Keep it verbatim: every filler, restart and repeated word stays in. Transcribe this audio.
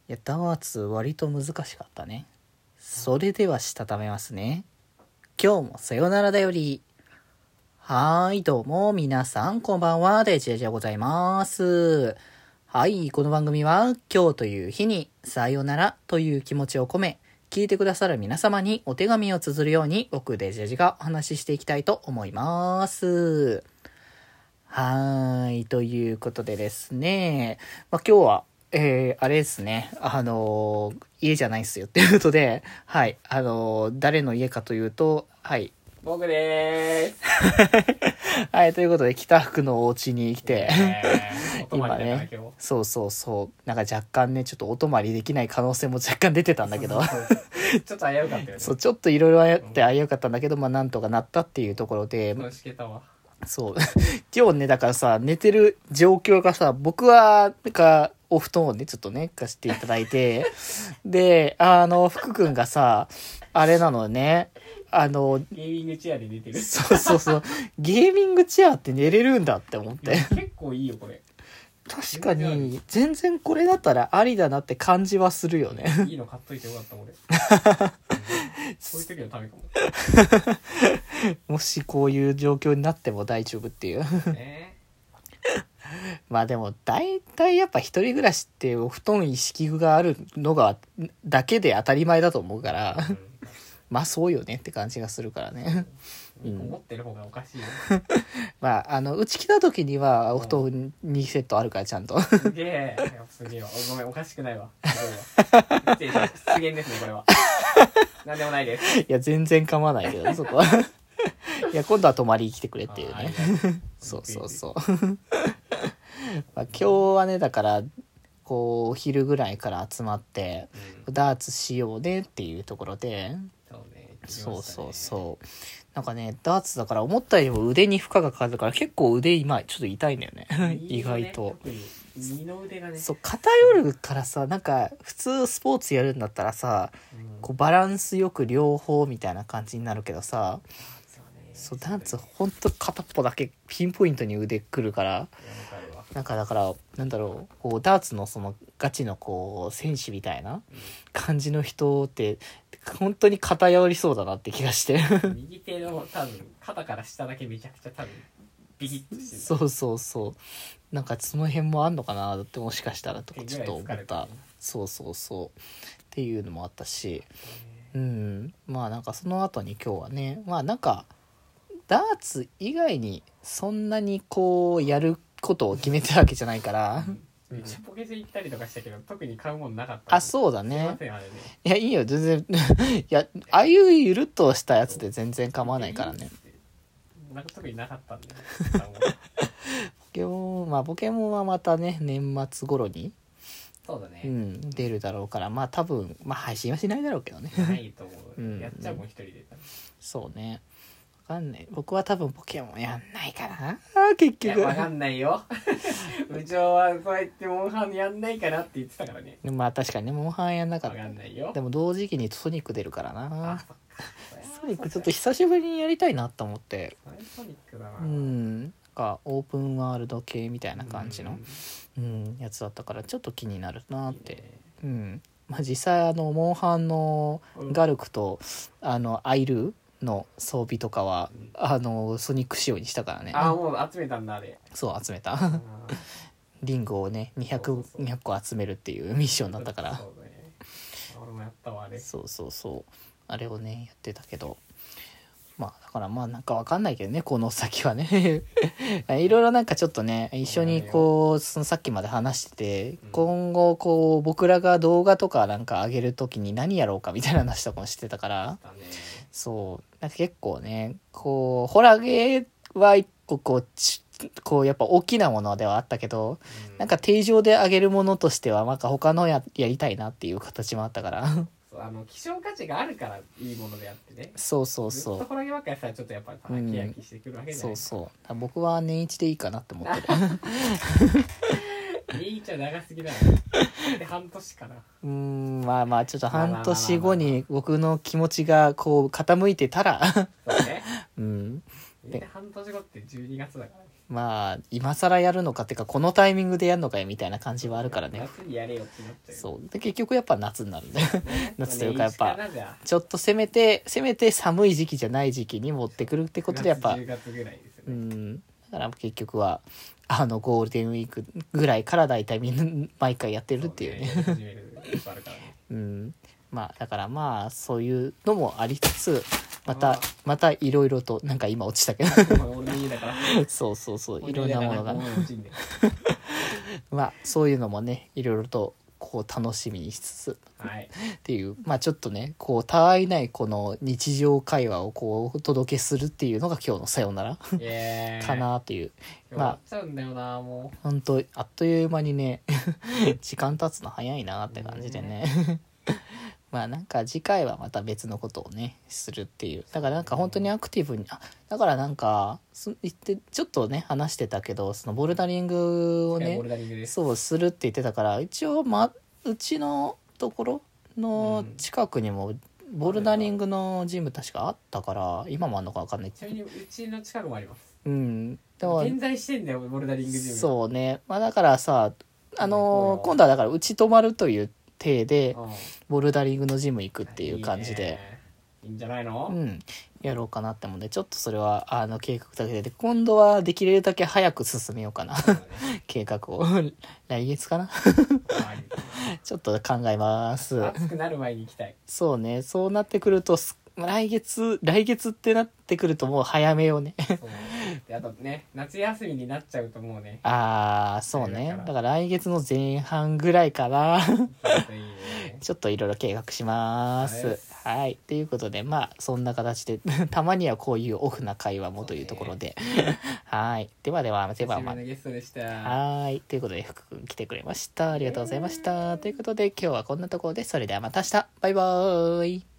いやダーツ割と難しかったね。それではしたためますね。今日もさよならだより。はーい、どうも皆さんこんばんは、デジェジでございます。はい、この番組は今日という日にさよならという気持ちを込め、聞いてくださる皆様にお手紙を綴るように僕デジェジがお話ししていきたいと思います。はーい、ということでですね、まあ、今日はえー、あれですね、あのー、家じゃないっすよっていうことで、はい、あのー、誰の家かというと、はい。 僕でーす。 はい、ということで、北福のお家に来て、 えー、 今ね、そうそうそう、なんか若干ね、ちょっとお泊まりできない可能性も若干出てたんだけど、 そうそうそうちょっと危うかったよね。 そう、ちょっといろいろあって危うかったんだけど、まあなんとかなったっていうところで、 しけたわ。 そう。今日ね、だからさ、寝てる状況がさ、僕は、なんか、お布団をね、ちょっとね、貸していただいて、で、あの、福くんがさ、あれなのね、あの、 ゲーミングチェアで寝てる。 そうそうそう、ゲーミングチェアって寝れるんだって思って。 結構いいよ、これ。 確かに、全然これだったらありだなって感じはするよね。 いいの買っといてよかった、俺。そういう時のためかも。 もしこういう状況になっても大丈夫っていう。 えまあでも大体やっぱ一人暮らしってお布団一式具があるのがだけで当たり前だと思うから、 ーうん、 まあそうよねって感じがするからね。 うん、思ってる方がおかしいよ。 まああのうち来た時にはお布団にセットあるからちゃんと。 すげえ。すげえわ。ごめん、おかしくないわ。すごいわ。失礼しました。失言ですね、これは。なんでもないです。 いや全然構わないけどねそこは。いや今度は泊まりに来てくれっていうね。そうそうそう。まあ、今日はねだからこうお昼ぐらいから集まって、うん、ダーツしようねっていうところで、 そうね、 そうそうそうなんかねダーツだから思ったよりも腕に負荷がかかるから結構腕今ちょっと痛いんだよね。意外と二の腕がね、 そう偏るからさ、なんか普通スポーツやるんだったらさ、うん、こうバランスよく両方みたいな感じになるけどさ、そうダーツほんと片っぽだけピンポイントに腕くるから、なんかだからなんだろう、こうダーツのそのガチのこう選手みたいな感じの人って本当に偏りそうだなって気がして。 右手の多分肩から下だけめちゃくちゃ多分ビキッとしてる。 そうそうそう。なんかその辺もあんのかなってもしかしたらとかちょっと思った。ね、そうそうそうっていうのもあったし、うん、まあなんかその後に今日はね、まあなんかダーツ以外にそんなにこうやることを決めてるわけじゃないから。 めっちゃポケセ行ったりとかしたけど特に買うもんなかった。 あ、そうだね。 すいませんあれね。 いやいいよ全然。いやああいうゆるっとしたやつで全然構わないからね。 なんか特になかったんで。 ポケモンまあポケモンはまたね年末頃に。 そうだね。 うん、出るだろうからまあ多分まあ配信はしないだろうけどね。 ないと思う。うん、やっちゃうもん一人で。 そうね。わかんない。僕は多分ポケモンやんないかな。結局。 わかんないよ。部長はこうやってモンハンやんないかなって言ってたからね。 まあ確かにねモンハンやんなかった。 わかんないよ。 でも同時期にソニック出るからな。ソニックちょっと久しぶりにやりたいなと思って。 ソニックだな。 うん。なんかオープンワールド系みたいな感じの、うん、うん、やつだったからちょっと気になるなって。いいね、うん。まあ実際あのモンハンのガルクと、うん、あのアイルーの装備とかは、うん、あのソニック仕様にしたからね。 ああもう集めたんだあれ。 そう集めた。リングをねにひゃく、にひゃっこ集めるっていうミッションだったから。 そうね、俺もやったわあれ。 そうそうそうあれをねやってたけど、まあだからまあなんかわかんないけどねこの先はね。いろいろなんかちょっとね一緒にこうそのさっきまで話してて、うん、今後こう僕らが動画とかなんか上げるときに何やろうかみたいな話とかもしてたから、ね、そうなんか結構ねこうホラゲーは一個こうこうやっぱ大きなものではあったけど、うん、なんか定常で上げるものとしてはなんか他の や, やりたいなっていう形もあったから。 あの希少価値があるからいいものであってね。 そうそうそう。 ずっとホラゲばっかりしたらちょっとやっぱり飽き飽きしてくるわけじゃない、うん、 そうそう。僕は年一でいいかなって思ってる。 年一は長すぎだよ。で半年かな。 うーんまあまあちょっと半年後に僕の気持ちがこう傾いてたら。 そうね。 うん。 で半年後ってじゅうにがつだからね。 まあ今更やるのかっていうかこのタイミングでやるのかよみたいな感じはあるからね。 夏にやれよってなっちゃう。 そうで結局やっぱ夏になるんだよね夏というかやっぱ年一かなじゃあちょっとせめてせめて寒い時期じゃない時期に持ってくるってことでやっぱじゅうがつぐらいですようね。 んだから結局はあのゴールデンウィークぐらいからだいたいみんな毎回やってるっていうねそやり始めることあるからね。 うんまあだからまあそういうのもありつつまたあーまたいろいろとなんか今落ちたけどまあ俺の家だから。 そうそうそういろんなものが俺の家だからこういうの落ちんだよまあそういうのもねいろいろとこう楽しみにしつつはい。 っていうまあちょっとねこうたわいないこの日常会話をこうお届けするっていうのが今日のさよならイエーイかなという終わっちゃうんだよなも本当あっという間にね時間経つの早いなって感じでねまあなんか次回はまた別のことをねするっていうだからなんか本当にアクティブにあだからなんかそ言ってちょっとね話してたけどそのボルダリングをう。いやねボルダリングです。 そうするって言ってたから一応、ま、うちのところの近くにもボルダリングのジム確かあったから今もあんのか分かんないちなみにうちの近くもあります。 うんでも現在してんだよボルダリングジム。 そうねまあだからさあのうんー今度はだからうち泊まるという体でうん。 ボルダリングのジム行くっていう感じでいいねいいんじゃないの？ うんやろうかなって思うんでちょっとそれはあの計画だけで今度はできるだけ早く進めようかなそうだね計画を来月かなあいいちょっと考えます暑くなる前に行きたい。 そうねそうなってくるとす来月来月ってなってくるともう早めようねそうであとね夏休みになっちゃうともうねああそうだからねだから来月の前半ぐらいかなちょっといいね。 ちょっといろいろ計画しますはいはいということでまあそんな形でたまにはこういうオフな会話もというところではいではではではまあ久しぶりのゲストでした。 はいということで福君来てくれましたありがとうございましたということで今日はこんなところでそれではまた明日バイバーイ